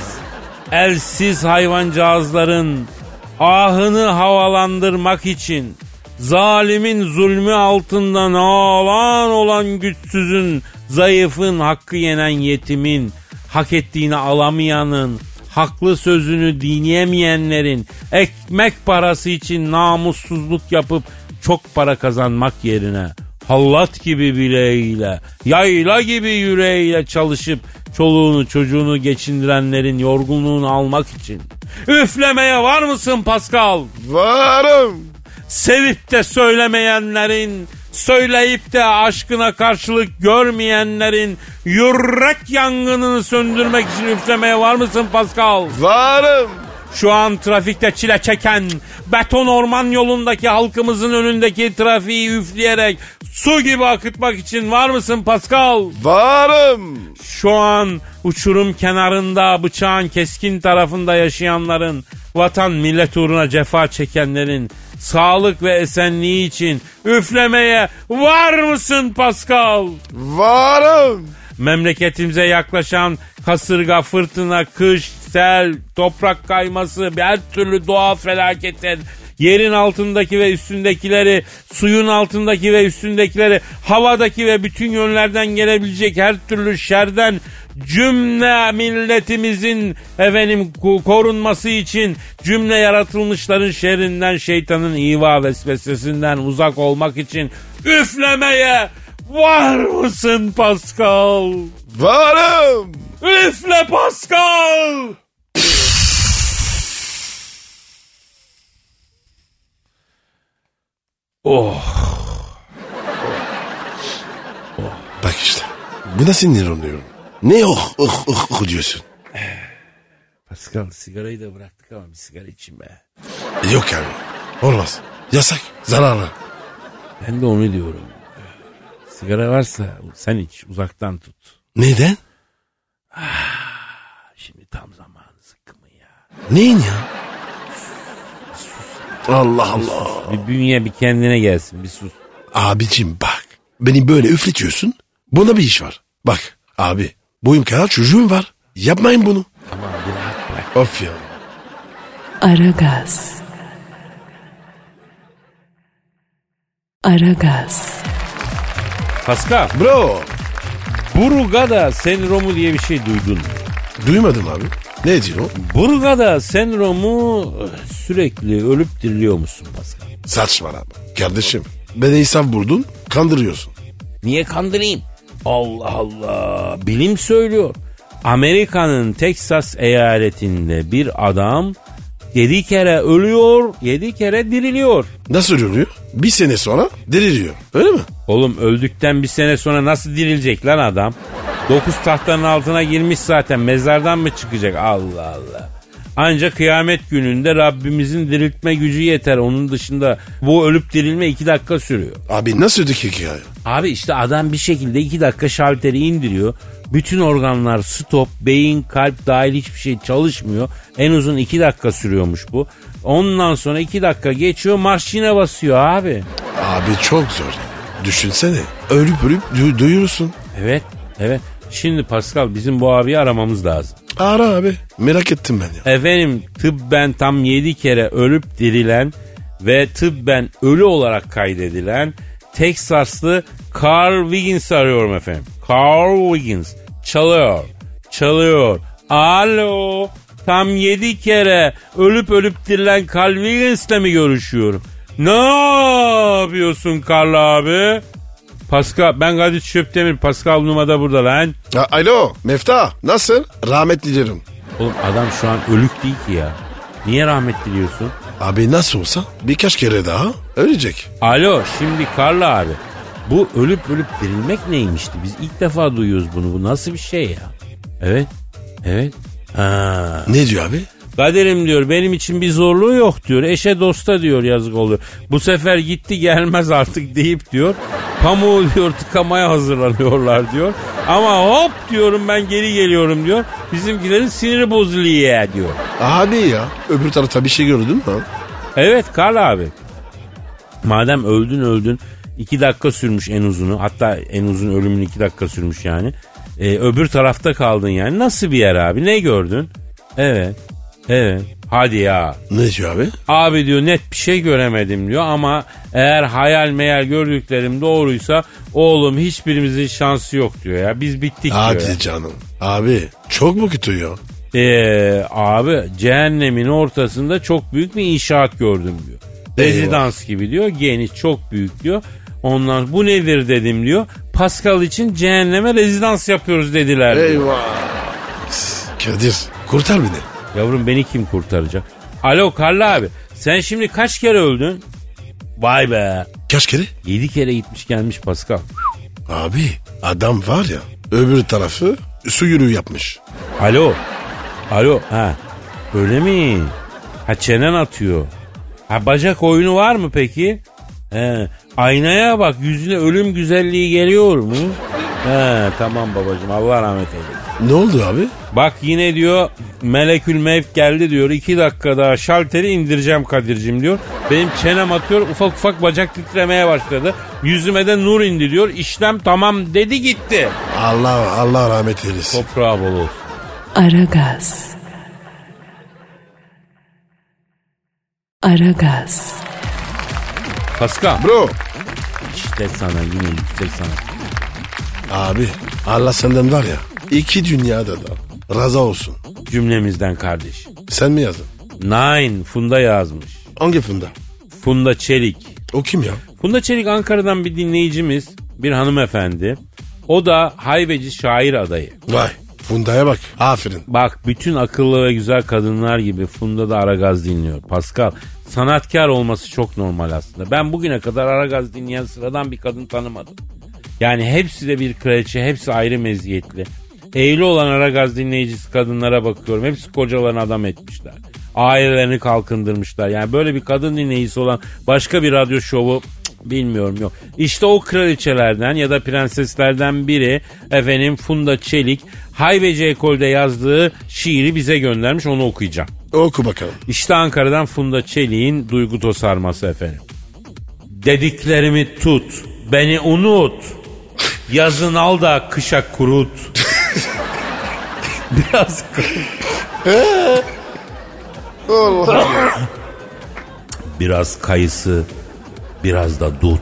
D: elsiz hayvancağızların ahını havalandırmak için zalimin zulmü altından ağlan olan güçsüzün, zayıfın, hakkı yenen yetimin, hak ettiğini alamayanın, haklı sözünü dinleyemeyenlerin, ekmek parası için namussuzluk yapıp çok para kazanmak yerine hallat gibi bileğiyle, yayla gibi yüreğiyle çalışıp çoluğunu çocuğunu geçindirenlerin yorgunluğunu almak için üflemeye var mısın Pascal?
C: Varım.
D: Sevip de söylemeyenlerin, söyleyip de aşkına karşılık görmeyenlerin yürek yangınını söndürmek için üflemeye var mısın Pascal?
C: Varım.
D: Şu an trafikte çile çeken, beton orman yolundaki halkımızın önündeki trafiği üfleyerek su gibi akıtmak için var mısın Pascal?
C: Varım.
D: Şu an uçurum kenarında bıçağın keskin tarafında yaşayanların, vatan millet uğruna cefa çekenlerin sağlık ve esenliği için üflemeye var mısın Pascal?
C: Varım.
D: Memleketimize yaklaşan kasırga, fırtına, kış, sel, toprak kayması, her türlü doğal felaketten, yerin altındaki ve üstündekileri, suyun altındaki ve üstündekileri, havadaki ve bütün yönlerden gelebilecek her türlü şerden cümle milletimizin korunması için cümle yaratılmışların şerrinden, şeytanın iva vesvesesinden uzak olmak için üflemeye var mısın Pascal?
C: Varım.
D: Üfle Pascal!
C: Bak işte. Buna sinir oluyorum. Ne diyorsun?
D: Pascal sigarayı da bıraktık ama bir sigara için be.
C: Yok abi. Olmaz. Yasak. Zararlı.
D: Ben de onu diyorum. Sigara varsa sen iç, uzaktan tut.
C: Neden?
D: Şimdi tam zamanı sıkkımı ya.
C: Neyin ya? Allah Allah.
D: Bir bünye bir kendine gelsin, bir sus.
C: Abicim bak. Beni böyle üfletiyorsun. Buna bir iş var. Bak abi. Boyum kadar çocuğum var. Yapmayın bunu.
D: Tamam bir rahat bırak.
C: Of ya.
A: Aragaz. Aragaz.
D: Pascal,
C: Bro.
D: Brugada sendromu diye bir şey duydun mu?
C: Duymadım abi. Ne diyor o?
D: Brugada sendromu sürekli ölüp diriliyor musun Pascal?
C: Saçma abi. Kardeşim. Beni insaf buldun. Kandırıyorsun.
D: Niye kandırayım? Allah Allah. Bilim söylüyor. Amerika'nın Texas eyaletinde bir adam 7 kere ölüyor, 7 kere diriliyor.
C: Nasıl ölüyor? Bir sene sonra deliriyor. Öyle mi?
D: Oğlum öldükten bir sene sonra nasıl dirilecek lan adam? 9 tahtanın altına girmiş zaten, mezardan mı çıkacak? Allah Allah. Ancak kıyamet gününde Rabbimizin diriltme gücü yeter. Onun dışında bu ölüp dirilme 2 dakika sürüyor.
C: Abi nasıl ödük hikaye?
D: Abi işte adam bir şekilde 2 dakika şalteri indiriyor. Bütün organlar stop, beyin, kalp dahil hiçbir şey çalışmıyor. En uzun 2 dakika sürüyormuş bu. Ondan sonra 2 dakika geçiyor, marş yine basıyor abi.
C: Abi çok zor. Düşünsene. Ölüp duyurursun.
D: Evet, evet. Şimdi Pascal bizim bu abiyi aramamız lazım.
C: Ara abi. Merak ettim ben ya.
D: Efendim tıbben tam 7 kere ölüp dirilen ve tıbben ölü olarak kaydedilen Teksaslı Carl Wiggins'i arıyorum efendim. Carl Wiggins çalıyor. Alo, tam 7 kere ölüp dirilen Carl Wiggins'le mi görüşüyorum? Ne yapıyorsun Carl abi? Pascal, ben Kadir Çöptemir. Pascal numarada burada lan.
C: Alo Mefta, nasıl? Rahmet diliyorum.
D: Oğlum adam şu an ölük değil ki ya. Niye rahmet diliyorsun?
C: Abi nasıl olsa birkaç kere daha ölecek.
D: Alo, şimdi Karla abi. Bu ölüp dirilmek neymişti? Biz ilk defa duyuyoruz bunu. Bu nasıl bir şey ya? Evet. Ha.
C: Ne diyor abi?
D: Kaderim diyor, benim için bir zorluğu yok diyor. Eşe dosta diyor, yazık oluyor. Bu sefer gitti gelmez artık deyip diyor. Pamuğu diyor tıkamaya hazırlanıyorlar diyor. Ama hop diyorum ben geri geliyorum diyor. Bizimkilerin siniri bozuluyor diyor.
C: Abi ya öbür tarafta bir şey gördün mü?
D: Evet Karl abi. Madem öldün 2 dakika sürmüş en uzunu. Hatta en uzun ölümün 2 dakika sürmüş yani. Öbür tarafta kaldın yani. Nasıl bir yer abi? Ne gördün? Evet. Hadi ya.
C: Ne diyor abi?
D: Abi diyor net bir şey göremedim diyor ama eğer hayal meyal gördüklerim doğruysa oğlum hiçbirimizin şansı yok diyor ya. Biz bittik diyor.
C: Hadi canım. Abi çok mu kötü ya?
D: Abi cehennemin ortasında çok büyük bir inşaat gördüm diyor. Rezidans gibi diyor. Geniş, çok büyük diyor. Ondan bu nedir dedim diyor. Pascal için cehenneme rezidans yapıyoruz dediler diyor.
C: Eyvah. Kadir kurtar beni.
D: Yavrum beni kim kurtaracak? Alo Karl abi, sen şimdi kaç kere öldün? Vay be.
C: Kaç kere?
D: 7 kere gitmiş gelmiş Pascal.
C: Abi adam var ya öbür tarafı su yürüyü yapmış.
D: Alo ha öyle mi? Ha çenen atıyor. Ha bacak oyunu var mı peki? He, aynaya bak, yüzüne ölüm güzelliği geliyor mu? He, tamam babacığım, Allah rahmet eylesin.
C: Ne oldu abi?
D: Bak yine diyor melekül mevt geldi diyor. 2 dakika daha şalteri indireceğim Kadir'cim diyor. Benim çenem atıyor, ufak bacak titremeye başladı. Yüzüme de nur indi diyor. İşlem tamam dedi gitti.
C: Allah rahmet eylesin.
D: Toprağı bol olsun.
A: Aragaz.
D: Pascal.
C: Bro.
D: İşte sana yine yüksek sanat.
C: Abi Allah senden var ya 2 dünyada da razı olsun.
D: Cümlemizden kardeş.
C: Sen mi yazdın?
D: Nine Funda yazmış.
C: Hangi Funda?
D: Funda Çelik.
C: O kim ya?
D: Funda Çelik Ankara'dan bir dinleyicimiz, bir hanımefendi. O da haybeci şair adayı.
C: Vay Funda'ya bak. Aferin.
D: Bak bütün akıllı ve güzel kadınlar gibi Funda da Aragaz dinliyor. Pascal, sanatkar olması çok normal aslında. Ben bugüne kadar Aragaz dinleyen sıradan bir kadın tanımadım. Yani hepsi de bir kraliçe, hepsi ayrı meziyetli. Evli olan Aragaz dinleyicisi kadınlara bakıyorum. Hepsi kocalarını adam etmişler. Ailelerini kalkındırmışlar. Yani böyle bir kadın dinleyicisi olan başka bir radyo şovu bilmiyorum yok. İşte o kraliçelerden ya da prenseslerden biri efendim Funda Çelik Hayveci Ekol'de yazdığı şiiri bize göndermiş, onu okuyacağım.
C: Oku bakalım.
D: İşte Ankara'dan Funda Çelik'in duygu tosarması efendim. Dediklerimi tut, beni unut. Yazın al da kışa kurut. Biraz biraz kayısı, biraz da dut.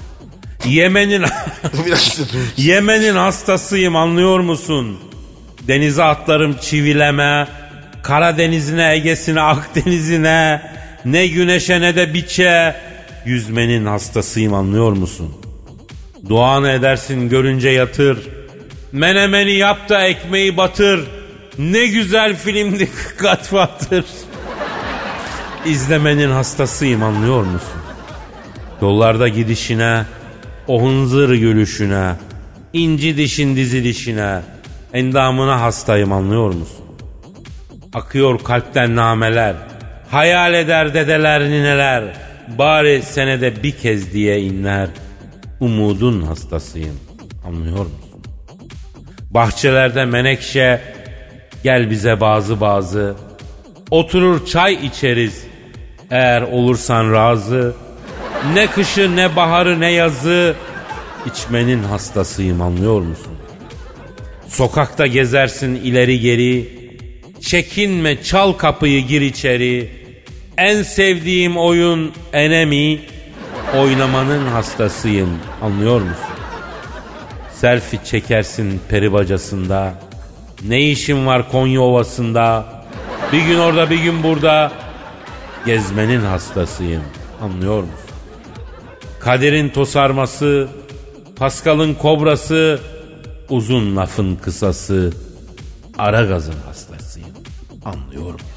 D: Yemen'in hastasıyım, anlıyor musun? Denize atlarım çivileme, Karadeniz'ine, Ege'sine, Akdeniz'ine, ne güneşe ne de biçe. Yüzmenin hastasıyım, anlıyor musun? Duanı edersin görünce yatır. Menemeni yap da ekmeği batır. Ne güzel filmdi Godfather. İzlemenin hastasıyım, anlıyor musun? Yollarda gidişine, o hınzır gülüşüne, inci dişin dizilişine, endamına hastayım, anlıyor musun? Akıyor kalpten nameler, hayal eder dedeler nineler, bari senede bir kez diye inler. Umudun hastasıyım, anlıyor musun? Bahçelerde menekşe, gel bize bazı. Oturur çay içeriz, eğer olursan razı. Ne kışı ne baharı ne yazı, içmenin hastasıyım, anlıyor musun? Sokakta gezersin ileri geri, çekinme çal kapıyı gir içeri. En sevdiğim oyun enemi, oynamanın hastasıyım, anlıyor musun? Selfie çekersin peri bacasında, ne işin var Konya Ovası'nda, bir gün orada bir gün burada, gezmenin hastasıyım, anlıyor musun? Kaderin tosarması, Pascal'ın kobrası, uzun lafın kısası, Aragaz'ın hastasıyım, anlıyor musun?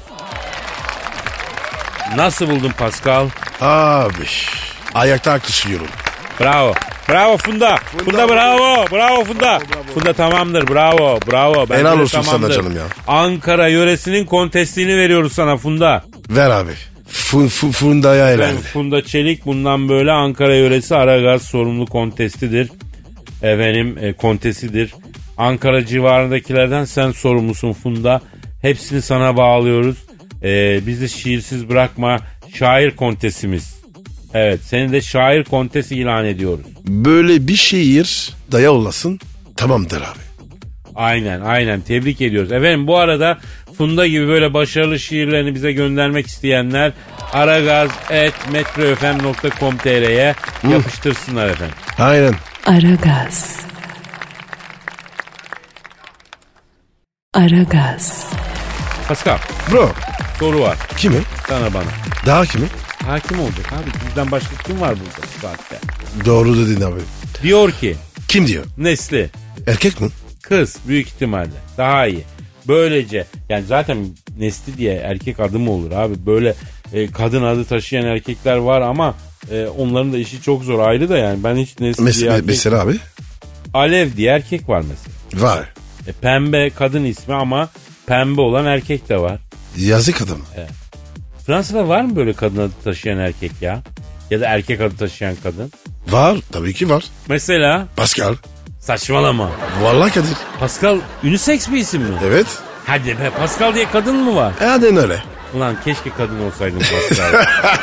D: Nasıl buldun Pascal?
C: Abi ayakta alkışlıyorum.
D: Bravo. Bravo Funda. Funda bravo. Bravo Funda. Funda tamamdır. Bravo. Bence
C: helal olsun
D: tamamdır.
C: sana canım ya.
D: Ankara yöresinin kontestini veriyoruz sana Funda.
C: Ver abi. Funda'ya helal.
D: Funda Çelik bundan böyle Ankara yöresi Aragaz sorumlu kontestidir. Efendim kontesidir. Ankara civarındakilerden sen sorumlusun Funda. Hepsini sana bağlıyoruz. Bizi şiirsiz bırakma, şair kontesimiz. Evet, seni de şair kontesi ilan ediyoruz.
C: Böyle bir şiir daya olasın, tamamdır abi.
D: Aynen tebrik ediyoruz. Efendim bu arada Funda gibi böyle başarılı şiirlerini bize göndermek isteyenler aragaz@metrofm.com.tr'ye yapıştırsınlar efendim.
C: Aynen.
A: Aragaz.
D: Pascal,
C: Bro.
D: soru var.
C: Kimi?
D: Sana bana.
C: Daha kimi?
D: Hakim olacak abi. Bizden başka kim var burada bu saatte?
C: Doğru dedin abi.
D: Diyor ki
C: Kim diyor?
D: Nesli.
C: Erkek mi?
D: Kız büyük ihtimalle. Daha iyi. Böylece yani zaten Nesli diye erkek adı mı olur abi? Böyle kadın adı taşıyan erkekler var ama onların da işi çok zor, ayrı da yani. Ben hiç Nesli diye erkek...
C: Mesela abi?
D: Alev diye erkek var mesela.
C: Var.
D: Pembe kadın ismi ama pembe olan erkek de var.
C: Yazık adam.
D: Evet. Fransa'da var mı böyle kadın adı taşıyan erkek ya? Ya da erkek adı taşıyan kadın?
C: Var. Tabii ki var.
D: Mesela?
C: Pascal.
D: Saçmalama.
C: Vallahi Kadir.
D: Pascal unisex bir isim mi?
C: Evet.
D: Hadi be, Pascal diye kadın mı var?
C: Hadi öyle.
D: Ulan keşke kadın olsaydın Pascal.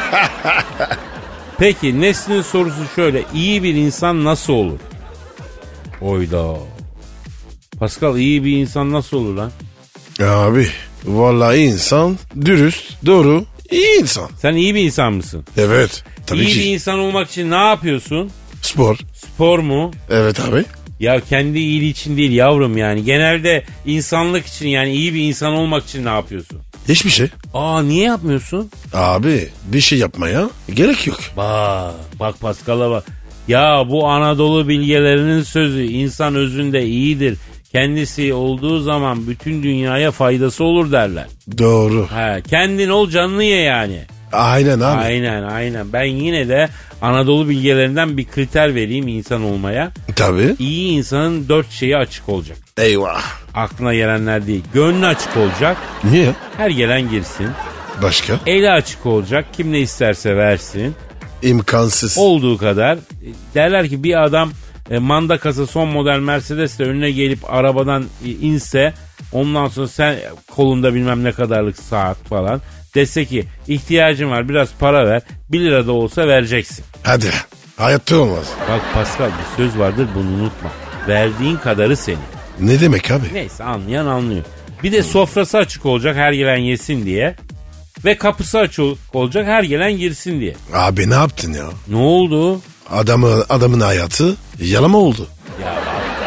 D: Peki Nesli'nin sorusu şöyle. İyi bir insan nasıl olur? Oyda. Pascal, iyi bir insan nasıl olur lan?
C: Abi vallahi insan dürüst, doğru, iyi insan.
D: Sen iyi bir insan mısın?
C: Evet. Tabii
D: iyi
C: ki.
D: bir insan olmak için ne yapıyorsun?
C: Spor.
D: Spor mu?
C: Evet abi.
D: Ya kendi iyiliği için değil yavrum yani. Genelde insanlık için, yani iyi bir insan olmak için ne yapıyorsun?
C: Hiçbir şey.
D: Niye yapmıyorsun?
C: Abi bir şey yapmaya gerek yok.
D: Bak Pascal'a bak. Ya bu Anadolu bilgelerinin sözü, insan özünde iyidir. Kendisi olduğu zaman bütün dünyaya faydası olur derler.
C: Doğru.
D: Kendin ol, canını ye yani.
C: Aynen abi.
D: Aynen. Ben yine de Anadolu bilgelerinden bir kriter vereyim insan olmaya.
C: Tabii.
D: İyi insanın 4 şeyi açık olacak.
C: Eyvah.
D: aklına gelenler değil. Gönlü açık olacak.
C: Niye?
D: Her gelen girsin.
C: Başka?
D: Eli açık olacak. Kim ne isterse versin.
C: İmkansız.
D: Olduğu kadar. Derler ki bir adam manda kasa son model Mercedes'le önüne gelip arabadan inse, ondan sonra sen kolunda bilmem ne kadarlık saat falan dese ki ihtiyacım var biraz para ver, 1 lira da olsa vereceksin.
C: Hadi. Hayatta olmaz.
D: Bak Pascal, bir söz vardır, bunu unutma. Verdiğin kadarı senin.
C: Ne demek abi?
D: Neyse, anlayan anlıyor. Bir de sofrası açık olacak, her gelen yesin diye. Ve kapısı açık olacak, her gelen girsin diye.
C: Abi ne yaptın ya?
D: Ne oldu?
C: Adamın hayatı yalama oldu.
D: Ya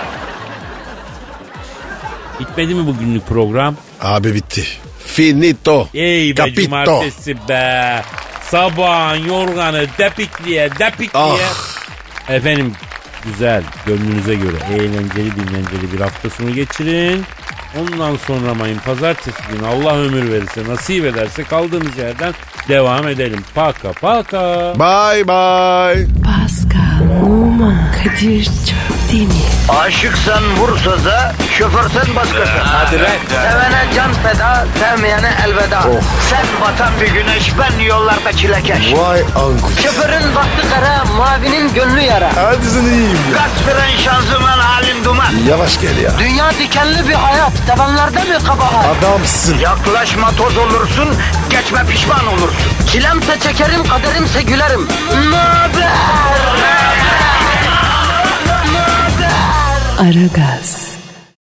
D: bitmedi mi bugünlük program?
C: Abi bitti. Finito.
D: Ey be
C: Capito.
D: cumartesi be. Sabahın yorganı depikliye. Efendim, güzel, gönlünüze göre eğlenceli dinlenceli bir hafta sonu geçirin. Ondan sonra mayın pazartesi günü Allah ömür verirse, nasip ederse kaldığımız yerden devam edelim. Paka paka.
C: Bye bye.
A: Pascal, Oman, Kadir çok değil mi?
B: Aşıksan vursa da, şoförsen başkasın.
D: Hadi be.
B: Sevene can feda, sevmeyene elveda. Sen batan bir güneş, ben yollarda çilekeş.
C: Vay anku.
B: Şoförün baktı kara, mavinin gönlü yara.
C: Hadi sen iyiyim ya.
B: Kasperen şanzıman halin duman.
C: Yavaş gel ya.
B: Dünya dikenli bir hayat, sevenlerde mi kabahar?
C: Adamsın.
B: Yaklaşma toz olursun, geçme pişman olursun. Çilemse çekerim, kaderimse gülerim. Möber!
A: Aragaz.